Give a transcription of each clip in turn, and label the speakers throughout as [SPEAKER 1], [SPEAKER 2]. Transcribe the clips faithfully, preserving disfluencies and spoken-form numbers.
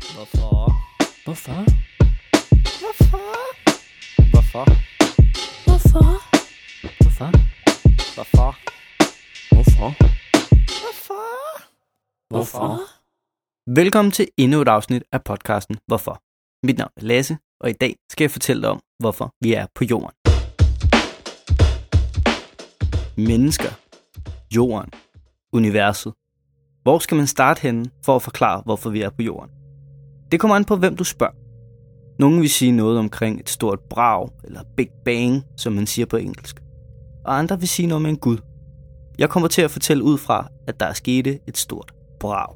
[SPEAKER 1] Hvorfor?
[SPEAKER 2] Hvorfor?
[SPEAKER 1] Hvorfor? Hvorfor?
[SPEAKER 2] Hvorfor? Hvorfor?
[SPEAKER 1] Hvorfor?
[SPEAKER 2] Hvorfor?
[SPEAKER 1] Hvorfor?
[SPEAKER 2] Hvorfor?
[SPEAKER 1] Velkommen til endnu et afsnit af podcasten Hvorfor? Mit navn er Lasse, og i dag skal jeg fortælle dig om, hvorfor vi er på jorden. Mennesker, jorden, universet. Hvor skal man starte henne for at forklare, hvorfor vi er på jorden? Det kommer an på, hvem du spørger. Nogle vil sige noget omkring et stort brag, eller Big Bang, som man siger på engelsk. Og andre vil sige noget med en gud. Jeg kommer til at fortælle ud fra, at der er sket et stort brag.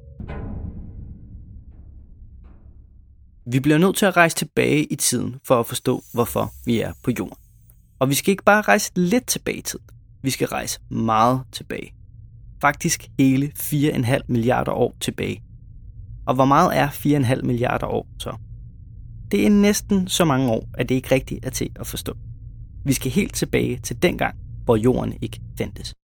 [SPEAKER 1] Vi bliver nødt til at rejse tilbage i tiden for at forstå, hvorfor vi er på jorden. Og vi skal ikke bare rejse lidt tilbage i tiden. Vi skal rejse meget tilbage. Faktisk hele fire komma fem milliarder år tilbage. Og hvor meget er fire komma fem milliarder år så? Det er næsten så mange år, at det ikke rigtigt er til at forstå. Vi skal helt tilbage til dengang, hvor jorden ikke fandtes.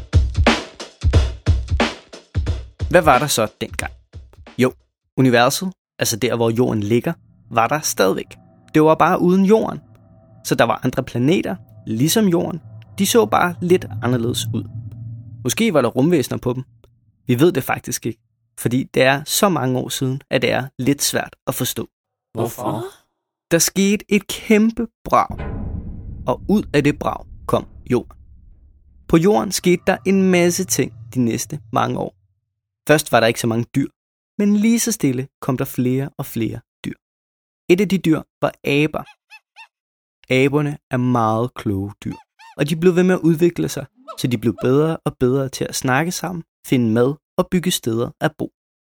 [SPEAKER 1] Hvad var der så dengang? Jo, universet, altså der hvor jorden ligger, var der stadigvæk. Det var bare uden jorden. Så der var andre planeter, ligesom jorden. De så bare lidt anderledes ud. Måske var der rumvæsener på dem. Vi ved det faktisk ikke, fordi det er så mange år siden, at det er lidt svært at forstå.
[SPEAKER 2] Hvorfor?
[SPEAKER 1] Der skete et kæmpe brag, og ud af det brag kom jorden. På jorden skete der en masse ting de næste mange år. Først var der ikke så mange dyr, men lige så stille kom der flere og flere dyr. Et af de dyr var aber. Aberne er meget kloge dyr, og de blev ved med at udvikle sig, så de blev bedre og bedre til at snakke sammen, finde mad og bygge steder at bo.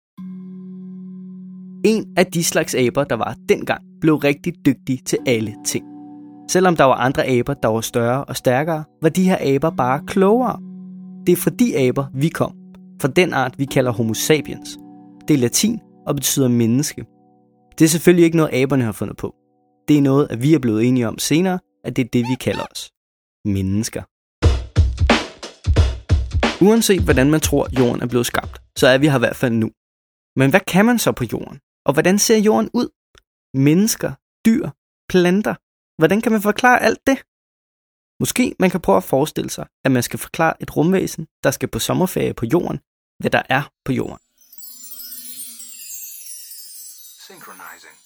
[SPEAKER 1] En af de slags aber, der var dengang, blev rigtig dygtig til alle ting. Selvom der var andre aber, der var større og stærkere, var de her aber bare klogere. Det er fra de aber, vi kom. Fra den art, vi kalder Homo sapiens. Det er latin og betyder menneske. Det er selvfølgelig ikke noget, aberne har fundet på. Det er noget, at vi er blevet enige om senere, at det er det, vi kalder os. Mennesker. Uanset hvordan man tror, jorden er blevet skabt, så er vi her i hvert fald nu. Men hvad kan man så på jorden? Og hvordan ser jorden ud? Mennesker, dyr, planter. Hvordan kan man forklare alt det? Måske man kan prøve at forestille sig, at man skal forklare et rumvæsen, der skal på sommerferie på jorden, hvad der er på jorden.
[SPEAKER 3] Synchronizing.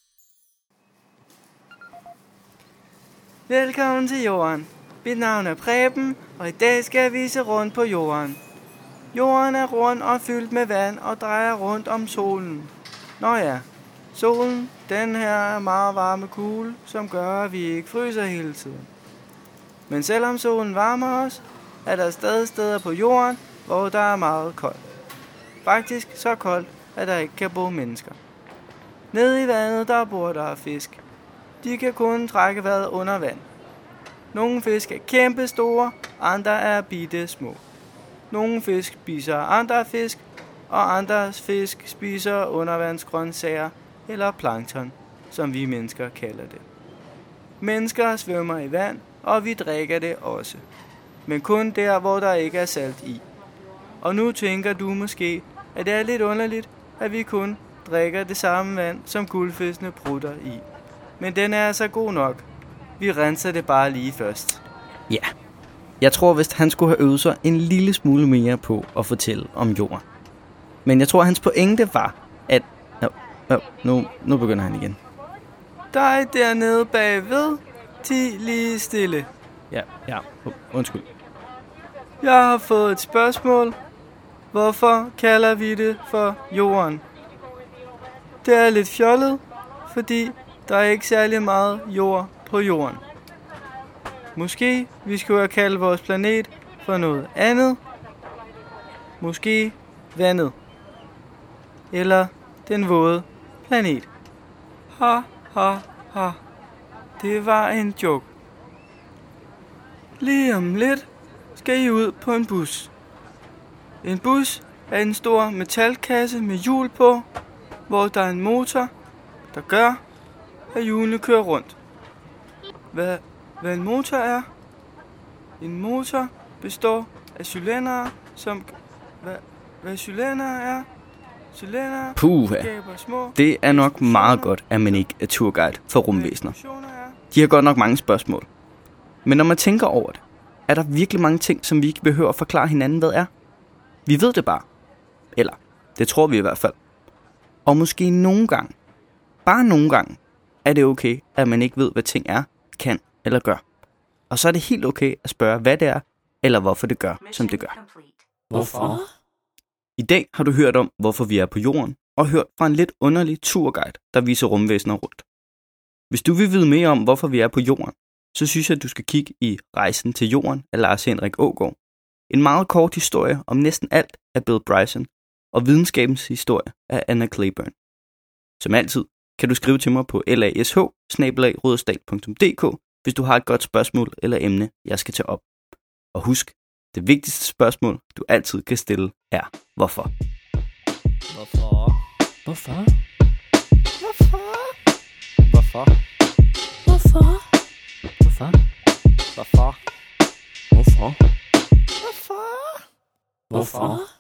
[SPEAKER 4] Velkommen til jorden. Mit navn er Preben, og i dag skal jeg vise rundt på jorden. Jorden er rund og fyldt med vand og drejer rundt om solen. Nå ja, solen, den her er meget varme kugle, som gør, at vi ikke fryser hele tiden. Men selvom solen varmer os, er der stadig steder på jorden, hvor der er meget koldt. Faktisk så koldt, at der ikke kan bo mennesker. Nede i vandet, der bor der fisk. De kan kun trække vejret under vand. Nogle fisk er kæmpe store, andre er bitte små. Nogle fisk spiser andre fisk, og andre fisk spiser undervandsgrøntsager eller plankton, som vi mennesker kalder det. Mennesker svømmer i vand, og vi drikker det også. Men kun der, hvor der ikke er salt i. Og nu tænker du måske, at det er lidt underligt, at vi kun drikker det samme vand, som guldfiskene prutter i. Men den er altså god nok. Vi renser det bare lige først.
[SPEAKER 1] Ja, jeg tror vist han skulle have øvet sig en lille smule mere på at fortælle om jorden. Men jeg tror hans pointe var, at... Nå, nå, nu, nu begynder han igen.
[SPEAKER 4] Dig dernede bagved, ti lige stille.
[SPEAKER 1] Ja, ja, undskyld.
[SPEAKER 4] Jeg har fået et spørgsmål. Hvorfor kalder vi det for jorden? Det er lidt fjollet, fordi der er ikke særlig meget jord på jorden. Måske vi skulle have kaldt vores planet for noget andet. Måske vandet. Eller den våde planet. Ha, ha, ha. Det var en joke. Lige om lidt skal I ud på en bus. En bus er en stor metalkasse med hjul på, hvor der er en motor, der gør, at hjulene kører rundt. Hvad, hvad en motor er? En motor består af cylindere, som... Hvad, hvad cylindere er? cylinder,
[SPEAKER 1] Puha.
[SPEAKER 4] skaber små...
[SPEAKER 1] Det er nok meget godt, at man ikke er turguide for rumvæsener.
[SPEAKER 4] eksplosioner er-
[SPEAKER 1] De har godt nok mange spørgsmål. Men når man tænker over det, er der virkelig mange ting, som vi ikke behøver at forklare hinanden, hvad er. Vi ved det bare. Eller, det tror vi i hvert fald. Og måske nogle gange, bare nogle gange, er det okay, at man ikke ved, hvad ting er, kan eller gør. Og så er det helt okay at spørge, hvad det er, eller hvorfor det gør, som det gør.
[SPEAKER 2] Hvorfor?
[SPEAKER 1] I dag har du hørt om, hvorfor vi er på jorden, og hørt fra en lidt underlig turguide, der viser rumvæsener rundt. Hvis du vil vide mere om, hvorfor vi er på jorden, så synes jeg, at du skal kigge i Rejsen til Jorden af Lars Henrik Aagaard. En meget kort historie om næsten alt af Bill Bryson, og videnskabens historie af Anna Claiborne. Som altid kan du skrive til mig på lash bindestreg rudersdal punktum d k, hvis du har et godt spørgsmål eller emne, jeg skal tage op. Og husk, det vigtigste spørgsmål, du altid kan stille, er hvorfor.
[SPEAKER 2] Hvorfor? Hvorfor?
[SPEAKER 4] Hvorfor?
[SPEAKER 2] Hvorfor?
[SPEAKER 3] Hvorfor?
[SPEAKER 2] Hvorfor?
[SPEAKER 4] Hvorfor?
[SPEAKER 2] Hvorfor?
[SPEAKER 4] Hvorfor?
[SPEAKER 2] Hvorfor?